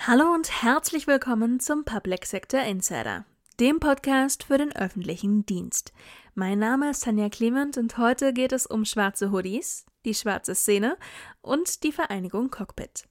Hallo und herzlich willkommen zum Public Sector Insider, dem Podcast für den öffentlichen Dienst. Mein Name ist Tanja Clement und heute geht es um schwarze Hoodies, die schwarze Szene und die Vereinigung Cockpit.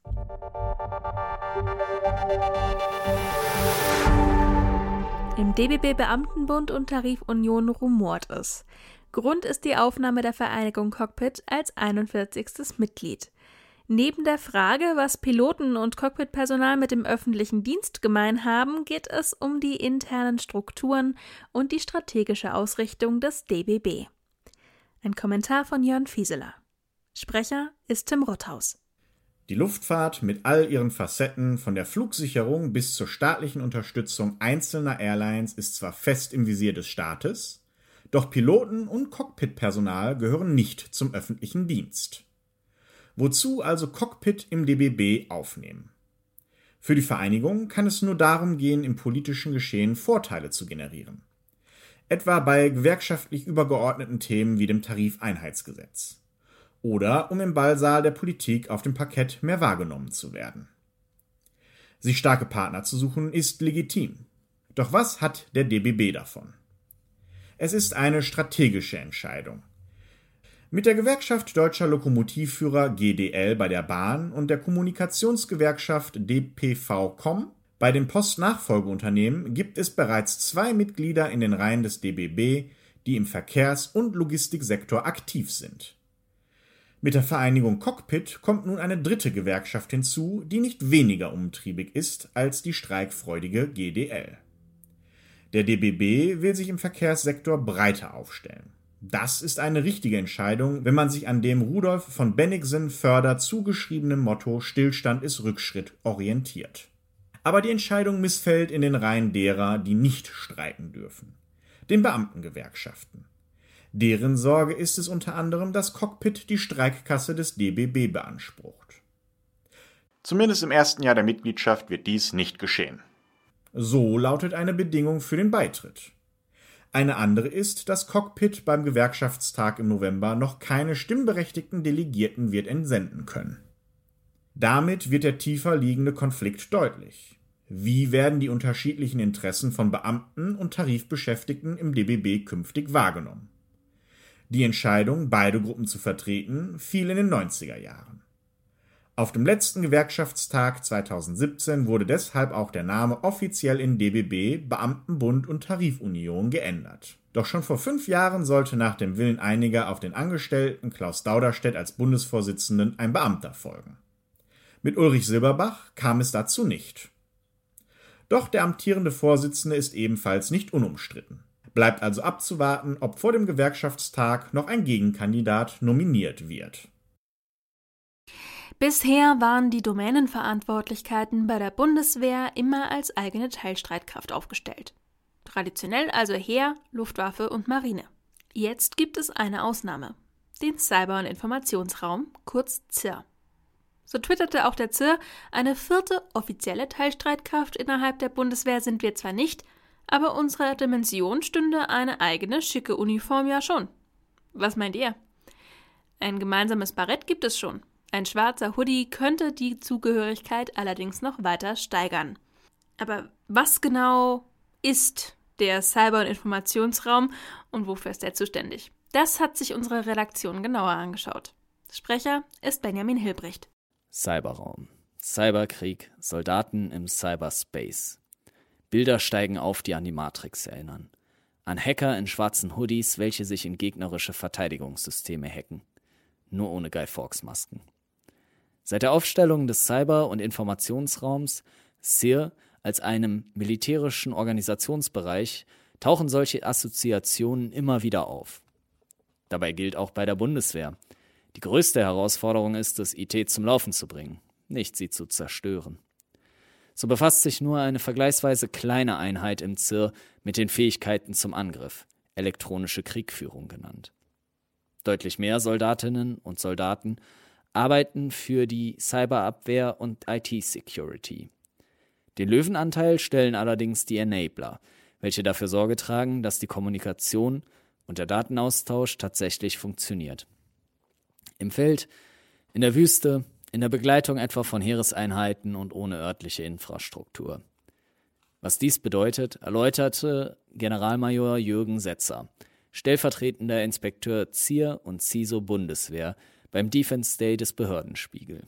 Im DBB Beamtenbund und Tarifunion rumort es. Grund ist die Aufnahme der Vereinigung Cockpit als 41. Mitglied. Neben der Frage, was Piloten und Cockpitpersonal mit dem öffentlichen Dienst gemein haben, geht es um die internen Strukturen und die strategische Ausrichtung des DBB. Ein Kommentar von Jörn Fieseler. Sprecher ist Tim Rothaus. Die Luftfahrt mit all ihren Facetten, von der Flugsicherung bis zur staatlichen Unterstützung einzelner Airlines, ist zwar fest im Visier des Staates, doch Piloten und Cockpitpersonal gehören nicht zum öffentlichen Dienst. Wozu also Cockpit im DBB aufnehmen? Für die Vereinigung kann es nur darum gehen, im politischen Geschehen Vorteile zu generieren. Etwa bei gewerkschaftlich übergeordneten Themen wie dem Tarifeinheitsgesetz. Oder um im Ballsaal der Politik auf dem Parkett mehr wahrgenommen zu werden. Sich starke Partner zu suchen, ist legitim. Doch was hat der DBB davon? Es ist eine strategische Entscheidung. Mit der Gewerkschaft Deutscher Lokomotivführer GDL bei der Bahn und der Kommunikationsgewerkschaft dpv-com bei den Postnachfolgeunternehmen gibt es bereits 2 Mitglieder in den Reihen des DBB, die im Verkehrs- und Logistiksektor aktiv sind. Mit der Vereinigung Cockpit kommt nun eine dritte Gewerkschaft hinzu, die nicht weniger umtriebig ist als die streikfreudige GDL. Der DBB will sich im Verkehrssektor breiter aufstellen. Das ist eine richtige Entscheidung, wenn man sich an dem Rudolf von Bennigsen-Förder zugeschriebenen Motto »Stillstand ist Rückschritt« orientiert. Aber die Entscheidung missfällt in den Reihen derer, die nicht streiken dürfen, den Beamtengewerkschaften. Deren Sorge ist es unter anderem, dass Cockpit die Streikkasse des DBB beansprucht. Zumindest im ersten Jahr der Mitgliedschaft wird dies nicht geschehen. So lautet eine Bedingung für den Beitritt. Eine andere ist, dass Cockpit beim Gewerkschaftstag im November noch keine stimmberechtigten Delegierten wird entsenden können. Damit wird der tiefer liegende Konflikt deutlich. Wie werden die unterschiedlichen Interessen von Beamten und Tarifbeschäftigten im DBB künftig wahrgenommen? Die Entscheidung, beide Gruppen zu vertreten, fiel in den 90er Jahren. Auf dem letzten Gewerkschaftstag 2017 wurde deshalb auch der Name offiziell in DBB, Beamtenbund und Tarifunion geändert. Doch schon vor 5 Jahren sollte nach dem Willen einiger auf den Angestellten Klaus Dauderstedt als Bundesvorsitzenden ein Beamter folgen. Mit Ulrich Silberbach kam es dazu nicht. Doch der amtierende Vorsitzende ist ebenfalls nicht unumstritten. Bleibt also abzuwarten, ob vor dem Gewerkschaftstag noch ein Gegenkandidat nominiert wird. Bisher waren die Domänenverantwortlichkeiten bei der Bundeswehr immer als eigene Teilstreitkraft aufgestellt. Traditionell also Heer, Luftwaffe und Marine. Jetzt gibt es eine Ausnahme, den Cyber- und Informationsraum, kurz CIR. So twitterte auch der CIR, eine 4. offizielle Teilstreitkraft innerhalb der Bundeswehr sind wir zwar nicht, aber unserer Dimension stünde eine eigene schicke Uniform ja schon. Was meint ihr? Ein gemeinsames Barett gibt es schon. Ein schwarzer Hoodie könnte die Zugehörigkeit allerdings noch weiter steigern. Aber was genau ist der Cyber- und Informationsraum und wofür ist er zuständig? Das hat sich unsere Redaktion genauer angeschaut. Sprecher ist Benjamin Hilbricht. Cyberraum. Cyberkrieg. Soldaten im Cyberspace. Bilder steigen auf, die an die Matrix erinnern. An Hacker in schwarzen Hoodies, welche sich in gegnerische Verteidigungssysteme hacken. Nur ohne Guy Fawkes-Masken. Seit der Aufstellung des Cyber- und Informationsraums CIR als einem militärischen Organisationsbereich tauchen solche Assoziationen immer wieder auf. Dabei gilt auch bei der Bundeswehr: Die größte Herausforderung ist es, IT zum Laufen zu bringen, nicht sie zu zerstören. So befasst sich nur eine vergleichsweise kleine Einheit im CIR mit den Fähigkeiten zum Angriff, elektronische Kriegführung genannt. Deutlich mehr Soldatinnen und Soldaten arbeiten für die Cyberabwehr und IT-Security. Den Löwenanteil stellen allerdings die Enabler, welche dafür Sorge tragen, dass die Kommunikation und der Datenaustausch tatsächlich funktioniert. Im Feld, in der Wüste, in der Begleitung etwa von Heereseinheiten und ohne örtliche Infrastruktur. Was dies bedeutet, erläuterte Generalmajor Jürgen Setzer, stellvertretender Inspekteur ZIR und CISO Bundeswehr beim Defense Day des Behördenspiegel.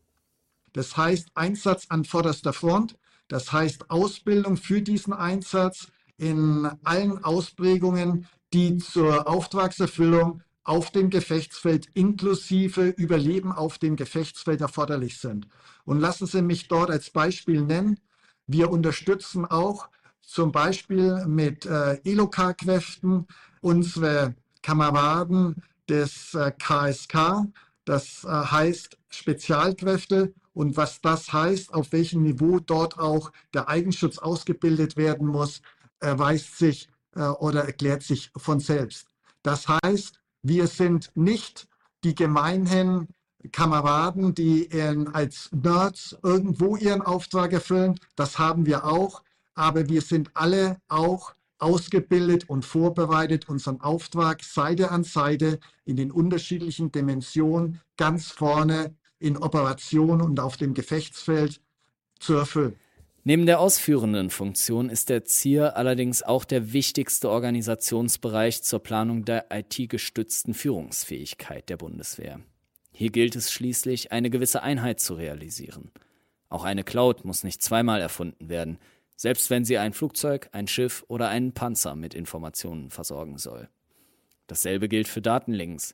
Das heißt Einsatz an vorderster Front, das heißt Ausbildung für diesen Einsatz in allen Ausprägungen, die zur Auftragserfüllung auf dem Gefechtsfeld inklusive Überleben auf dem Gefechtsfeld erforderlich sind. Und lassen Sie mich dort als Beispiel nennen, wir unterstützen auch zum Beispiel mit ELOK-Kräften unsere Kameraden des KSK, das heißt Spezialkräfte. Und was das heißt, auf welchem Niveau dort auch der Eigenschutz ausgebildet werden muss, erweist sich oder erklärt sich von selbst. Das heißt, wir sind nicht die gemeinen Kameraden, die als Nerds irgendwo ihren Auftrag erfüllen. Das haben wir auch. Aber wir sind alle auch ausgebildet und vorbereitet, unseren Auftrag Seite an Seite in den unterschiedlichen Dimensionen ganz vorne in Operation und auf dem Gefechtsfeld zu erfüllen. Neben der ausführenden Funktion ist der ZIR allerdings auch der wichtigste Organisationsbereich zur Planung der IT-gestützten Führungsfähigkeit der Bundeswehr. Hier gilt es schließlich, eine gewisse Einheit zu realisieren. Auch eine Cloud muss nicht zweimal erfunden werden, selbst wenn sie ein Flugzeug, ein Schiff oder einen Panzer mit Informationen versorgen soll. Dasselbe gilt für Datenlinks,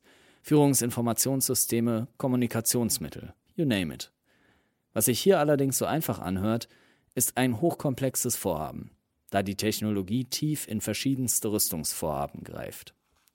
Führungsinformationssysteme, Kommunikationsmittel, you name it. Was sich hier allerdings so einfach anhört, ist ein hochkomplexes Vorhaben, da die Technologie tief in verschiedenste Rüstungsvorhaben greift.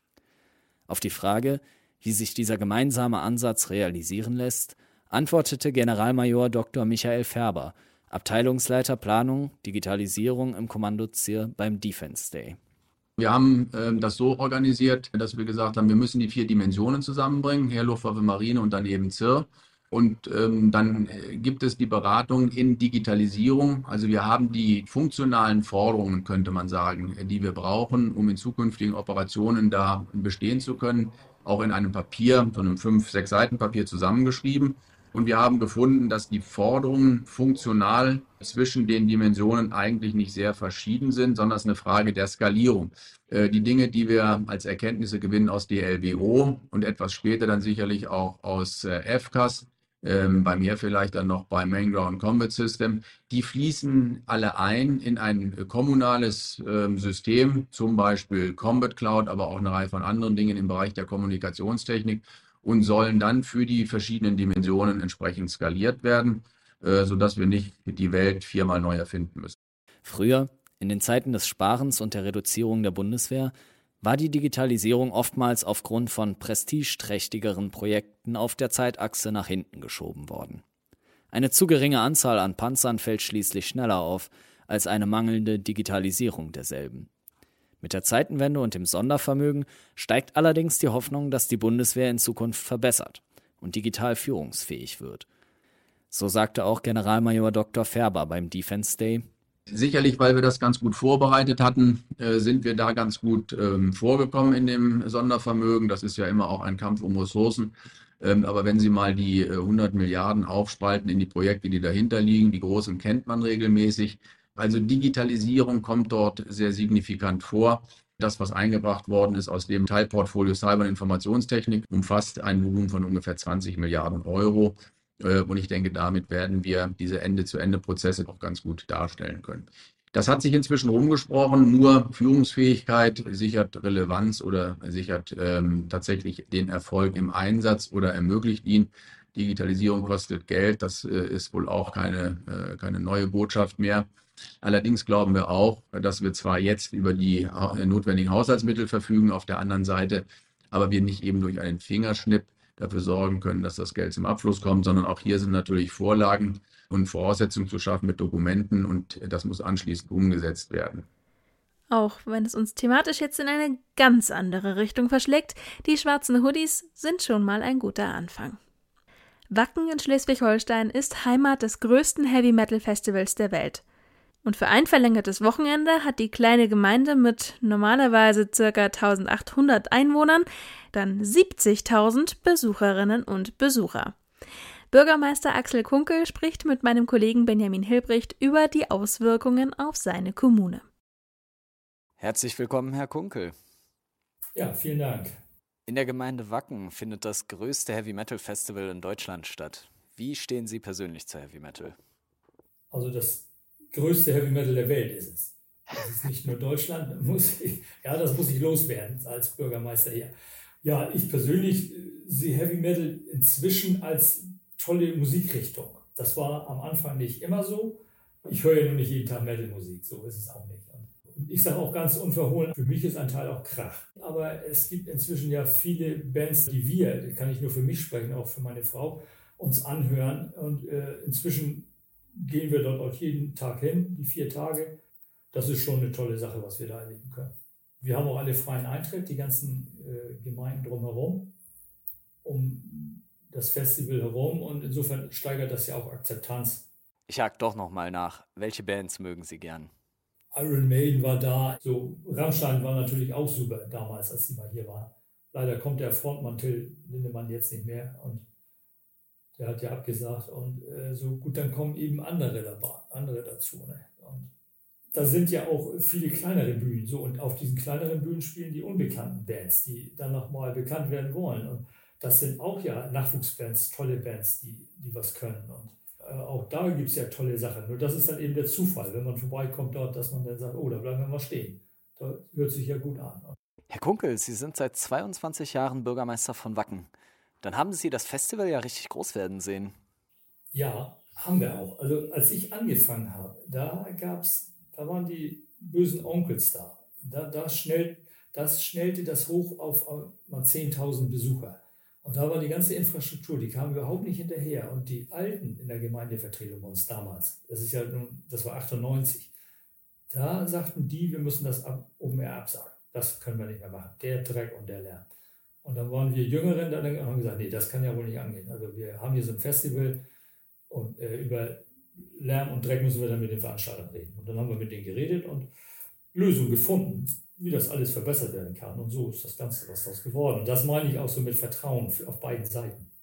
Auf die Frage, wie sich dieser gemeinsame Ansatz realisieren lässt, antwortete Generalmajor Dr. Michael Färber, Abteilungsleiter Planung, Digitalisierung im Kommando ZIR beim Defense Day. Wir haben das so organisiert, dass wir gesagt haben, wir müssen die 4 Dimensionen zusammenbringen, Heer, Luftwaffe, Marine und dann eben ZIR. Und dann gibt es die Beratung in Digitalisierung. Also wir haben die funktionalen Forderungen, könnte man sagen, die wir brauchen, um in zukünftigen Operationen da bestehen zu können, auch in einem Papier, so einem 5-6 Seiten Papier zusammengeschrieben. Und wir haben gefunden, dass die Forderungen funktional zwischen den Dimensionen eigentlich nicht sehr verschieden sind, sondern es ist eine Frage der Skalierung. Die Dinge, die wir als Erkenntnisse gewinnen aus DLBO und etwas später dann sicherlich auch aus FCAS, bei mir vielleicht dann noch bei Main Ground Combat System, die fließen alle ein in ein kommunales System, zum Beispiel Combat Cloud, aber auch eine Reihe von anderen Dingen im Bereich der Kommunikationstechnik und sollen dann für die verschiedenen Dimensionen entsprechend skaliert werden, sodass wir nicht die Welt 4-mal neu erfinden müssen. Früher, in den Zeiten des Sparens und der Reduzierung der Bundeswehr, war die Digitalisierung oftmals aufgrund von prestigeträchtigeren Projekten auf der Zeitachse nach hinten geschoben worden. Eine zu geringe Anzahl an Panzern fällt schließlich schneller auf als eine mangelnde Digitalisierung derselben. Mit der Zeitenwende und dem Sondervermögen steigt allerdings die Hoffnung, dass die Bundeswehr in Zukunft verbessert und digital führungsfähig wird. So sagte auch Generalmajor Dr. Färber beim Defense Day: Sicherlich, weil wir das ganz gut vorbereitet hatten, sind wir da ganz gut vorgekommen in dem Sondervermögen. Das ist ja immer auch ein Kampf um Ressourcen. Aber wenn Sie mal die 100 Milliarden aufspalten in die Projekte, die dahinter liegen, die großen kennt man regelmäßig. Also Digitalisierung kommt dort sehr signifikant vor. Das, was eingebracht worden ist aus dem Teilportfolio Cyber- und Informationstechnik, umfasst ein Volumen von ungefähr 20 Milliarden Euro. Und ich denke, damit werden wir diese Ende-zu-Ende-Prozesse auch ganz gut darstellen können. Das hat sich inzwischen rumgesprochen, nur Führungsfähigkeit sichert Relevanz oder sichert tatsächlich den Erfolg im Einsatz oder ermöglicht ihn. Digitalisierung kostet Geld, das ist wohl auch keine neue Botschaft mehr. Allerdings glauben wir auch, dass wir zwar jetzt über die notwendigen Haushaltsmittel verfügen, auf der anderen Seite, aber wir nicht eben durch einen Fingerschnipp dafür sorgen können, dass das Geld zum Abfluss kommt, sondern auch hier sind natürlich Vorlagen und Voraussetzungen zu schaffen mit Dokumenten und das muss anschließend umgesetzt werden. Auch wenn es uns thematisch jetzt in eine ganz andere Richtung verschlägt, die schwarzen Hoodies sind schon mal ein guter Anfang. Wacken in Schleswig-Holstein ist Heimat des größten Heavy-Metal-Festivals der Welt. Und für ein verlängertes Wochenende hat die kleine Gemeinde mit normalerweise ca. 1800 Einwohnern dann 70.000 Besucherinnen und Besucher. Bürgermeister Axel Kunkel spricht mit meinem Kollegen Benjamin Hilbricht über die Auswirkungen auf seine Kommune. Herzlich willkommen, Herr Kunkel. Ja, vielen Dank. In der Gemeinde Wacken findet das größte Heavy-Metal-Festival in Deutschland statt. Wie stehen Sie persönlich zu Heavy Metal? Also das größte Heavy Metal der Welt ist es. Das ist nicht nur Deutschland, das muss ich loswerden als Bürgermeister hier. Ja, ich persönlich sehe Heavy Metal inzwischen als tolle Musikrichtung. Das war am Anfang nicht immer so. Ich höre ja nur nicht jeden Tag Metal-Musik, so ist es auch nicht. Und ich sage auch ganz unverhohlen, für mich ist ein Teil auch Krach. Aber es gibt inzwischen ja viele Bands, die wir, kann ich nur für mich sprechen, auch für meine Frau, uns anhören. Und inzwischen gehen wir dort auch jeden Tag hin, die 4 Tage. Das ist schon eine tolle Sache, was wir da erleben können. Wir haben auch alle freien Eintritt, die ganzen Gemeinden drumherum, um das Festival herum. Und insofern steigert das ja auch Akzeptanz. Ich hake doch nochmal nach. Welche Bands mögen Sie gern? Iron Maiden war da. So, Rammstein war natürlich auch super damals, als die mal hier waren. Leider kommt der Frontmann Till Lindemann jetzt nicht mehr. Und der hat ja abgesagt. Und so gut, dann kommen eben andere dazu. Ne? Und da sind ja auch viele kleinere Bühnen. So, und auf diesen kleineren Bühnen spielen die unbekannten Bands, die dann nochmal bekannt werden wollen. Und das sind auch ja Nachwuchsbands, tolle Bands, die was können. Und auch da gibt es ja tolle Sachen. Nur das ist dann eben der Zufall, wenn man vorbeikommt dort, dass man dann sagt, oh, da bleiben wir mal stehen. Da hört sich ja gut an. Herr Kunkel, Sie sind seit 22 Jahren Bürgermeister von Wacken. Dann haben Sie das Festival ja richtig groß werden sehen. Ja, haben wir auch. Also als ich angefangen habe, da waren die bösen Onkels da. Das schnellte das hoch auf mal 10.000 Besucher. Und da war die ganze Infrastruktur, die kam überhaupt nicht hinterher. Und die Alten in der Gemeindevertretung bei uns damals, das war 98, da sagten die, wir müssen das Open Air absagen. Das können wir nicht mehr machen. Der Dreck und der Lärm. Und dann waren wir Jüngeren, dann haben gesagt, nee, das kann ja wohl nicht angehen. Also wir haben hier so ein Festival und über Lärm und Dreck müssen wir dann mit den Veranstaltern reden. Und dann haben wir mit denen geredet und Lösungen gefunden, wie das alles verbessert werden kann. Und so ist das Ganze was daraus geworden. Und das meine ich auch so mit Vertrauen auf beiden Seiten.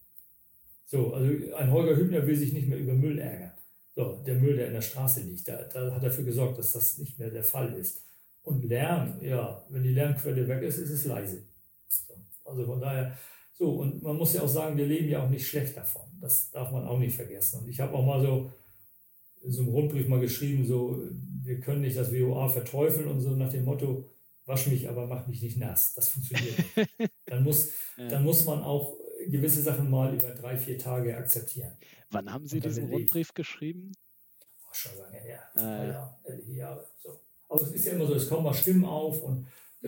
So, also ein Holger Hübner will sich nicht mehr über Müll ärgern. So, der Müll, der in der Straße liegt, da hat er dafür gesorgt, dass das nicht mehr der Fall ist. Und Lärm, ja, wenn die Lärmquelle weg ist, ist es leise. So, also von daher, so, und man muss ja auch sagen, wir leben ja auch nicht schlecht davon. Das darf man auch nicht vergessen. Und ich habe auch mal so in so einem Rundbrief mal geschrieben, so, wir können nicht das WOA verteufeln und so nach dem Motto, wasch mich, aber mach mich nicht nass. Das funktioniert nicht. Dann muss man auch gewisse Sachen mal über 3-4 Tage akzeptieren. Wann haben Sie diesen Rundbrief geschrieben? Schon lange her. Etliche Jahre. So. Aber es ist ja immer so, es kommen mal Stimmen auf und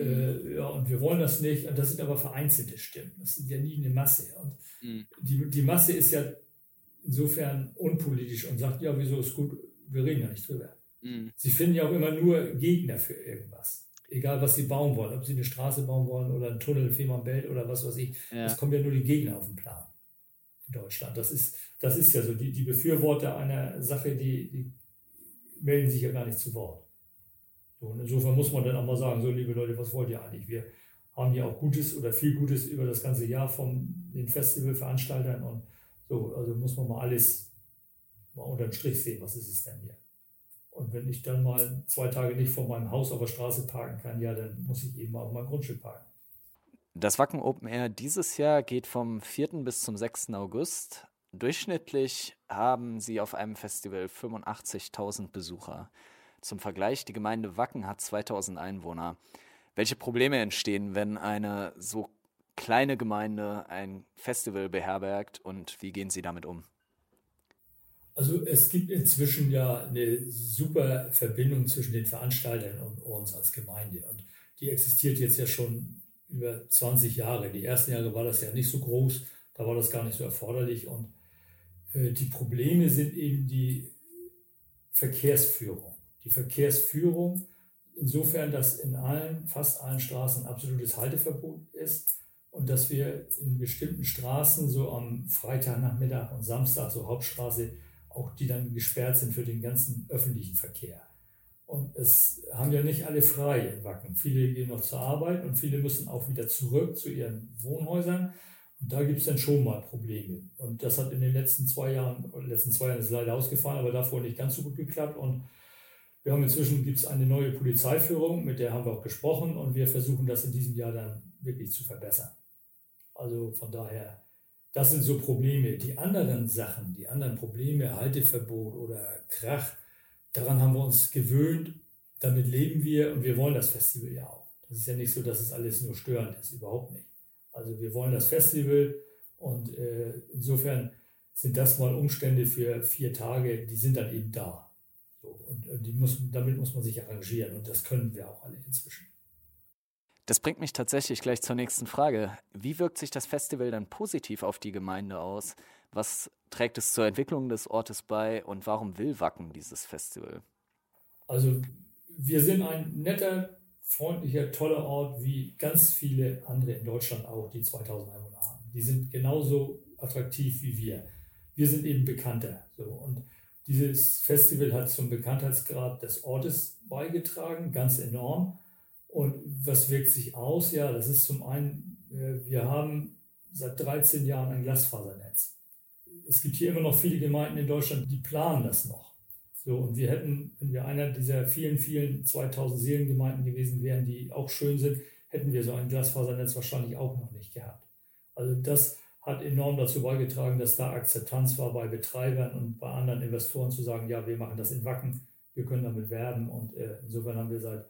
wir wollen das nicht. Und das sind aber vereinzelte Stimmen. Das sind ja nie eine Masse. Und die Masse ist ja insofern unpolitisch und sagt, ja, wieso ist gut, wir reden ja nicht drüber. Sie finden ja auch immer nur Gegner für irgendwas. Egal, was sie bauen wollen, ob sie eine Straße bauen wollen oder einen Tunnel, Fehmarnbelt oder was weiß ich. Ja. Es kommen ja nur die Gegner auf den Plan in Deutschland. Das ist ja so. Die Befürworter einer Sache, die melden sich ja gar nicht zu Wort. So, und insofern muss man dann auch mal sagen, so liebe Leute, was wollt ihr eigentlich? Wir haben ja auch Gutes oder viel Gutes über das ganze Jahr von den Festivalveranstaltern und so, also muss man mal alles mal unter den Strich sehen, was ist es denn hier? Und wenn ich dann mal 2 Tage nicht vor meinem Haus auf der Straße parken kann, ja, dann muss ich eben mal auf meinem Grundstück parken. Das Wacken Open Air dieses Jahr geht vom 4. bis zum 6. August. Durchschnittlich haben sie auf einem Festival 85.000 Besucher. Zum Vergleich, die Gemeinde Wacken hat 2.000 Einwohner. Welche Probleme entstehen, wenn eine so kleine Gemeinde ein Festival beherbergt und wie gehen Sie damit um? Also es gibt inzwischen ja eine super Verbindung zwischen den Veranstaltern und uns als Gemeinde. Und die existiert jetzt ja schon über 20 Jahre. Die ersten Jahre war das ja nicht so groß, da war das gar nicht so erforderlich. Und die Probleme sind eben die Verkehrsführung. Die Verkehrsführung insofern, dass in fast allen Straßen absolutes Halteverbot ist und dass wir in bestimmten Straßen so am Freitagnachmittag und Samstag, so Hauptstraße, auch die dann gesperrt sind für den ganzen öffentlichen Verkehr. Und es haben ja nicht alle frei in Wacken. Viele gehen noch zur Arbeit und viele müssen auch wieder zurück zu ihren Wohnhäusern. Und da gibt es dann schon mal Probleme. Und das hat in den letzten 2 Jahren ist leider ausgefallen, aber davor nicht ganz so gut geklappt. Und wir haben inzwischen gibt es eine neue Polizeiführung, mit der haben wir auch gesprochen und wir versuchen das in diesem Jahr dann wirklich zu verbessern. Also von daher, das sind so Probleme. Die anderen Sachen, die anderen Probleme, Halteverbot oder Krach, daran haben wir uns gewöhnt, damit leben wir und wir wollen das Festival ja auch. Das ist ja nicht so, dass es alles nur störend ist, überhaupt nicht. Also wir wollen das Festival und insofern sind das mal Umstände für 4 Tage, die sind dann eben da. So, und damit muss man sich arrangieren und das können wir auch alle inzwischen. Das bringt mich tatsächlich gleich zur nächsten Frage. Wie wirkt sich das Festival dann positiv auf die Gemeinde aus? Was trägt es zur Entwicklung des Ortes bei und warum will Wacken dieses Festival? Also wir sind ein netter, freundlicher, toller Ort wie ganz viele andere in Deutschland auch, die 2000 Einwohner haben. Die sind genauso attraktiv wie wir. Wir sind eben bekannter. So. Und dieses Festival hat zum Bekanntheitsgrad des Ortes beigetragen, ganz enorm. Und was wirkt sich aus? Ja, das ist zum einen, wir haben seit 13 Jahren ein Glasfasernetz. Es gibt hier immer noch viele Gemeinden in Deutschland, die planen das noch. So, und wir hätten, wenn wir einer dieser vielen, vielen 2000 Seelengemeinden gewesen wären, die auch schön sind, hätten wir so ein Glasfasernetz wahrscheinlich auch noch nicht gehabt. Also das hat enorm dazu beigetragen, dass da Akzeptanz war bei Betreibern und bei anderen Investoren zu sagen, ja, wir machen das in Wacken, wir können damit werben. Und insofern haben wir seit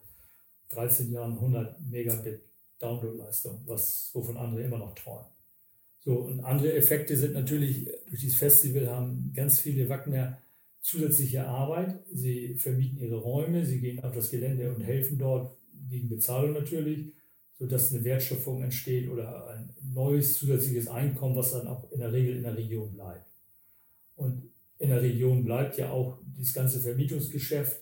13 Jahren 100 Megabit Downloadleistung, wovon andere immer noch träumen. So, und andere Effekte sind natürlich, durch dieses Festival haben ganz viele Wackener zusätzliche Arbeit. Sie vermieten ihre Räume, sie gehen auf das Gelände und helfen dort, gegen Bezahlung natürlich, sodass eine Wertschöpfung entsteht oder ein neues zusätzliches Einkommen, was dann auch in der Regel in der Region bleibt. Und in der Region bleibt ja auch dieses ganze Vermietungsgeschäft,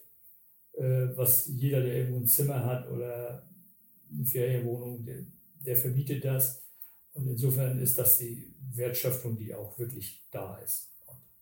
was jeder, der irgendwo ein Zimmer hat oder eine Ferienwohnung, der vermietet das. Und insofern ist das die Wertschöpfung, die auch wirklich da ist.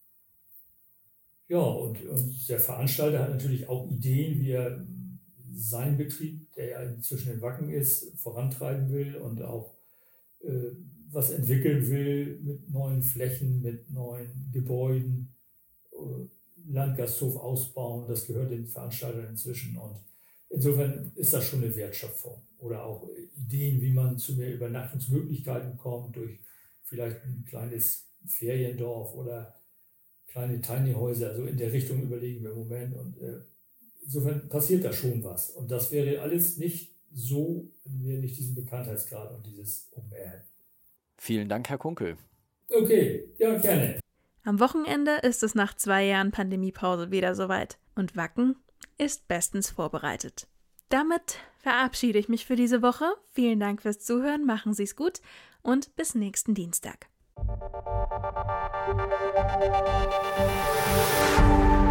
Ja, und der Veranstalter hat natürlich auch Ideen, wie er seinen Betrieb, der ja inzwischen in Wacken ist, vorantreiben will und auch was entwickeln will mit neuen Flächen, mit neuen Gebäuden, Landgasthof ausbauen, das gehört den Veranstaltern inzwischen. Und insofern ist das schon eine Wertschöpfung. Oder auch Ideen, wie man zu mehr Übernachtungsmöglichkeiten kommt, durch vielleicht ein kleines Feriendorf oder kleine Tiny-Häuser. So in der Richtung überlegen wir im Moment. Und insofern passiert da schon was. Und das wäre alles nicht so, wenn wir nicht diesen Bekanntheitsgrad und dieses Open-Air hätten. Vielen Dank, Herr Kunkel. Okay, ja, gerne. Am Wochenende ist es nach 2 Jahren Pandemiepause wieder soweit. Und Wacken ist bestens vorbereitet. Damit verabschiede ich mich für diese Woche. Vielen Dank fürs Zuhören, machen Sie es gut und bis nächsten Dienstag.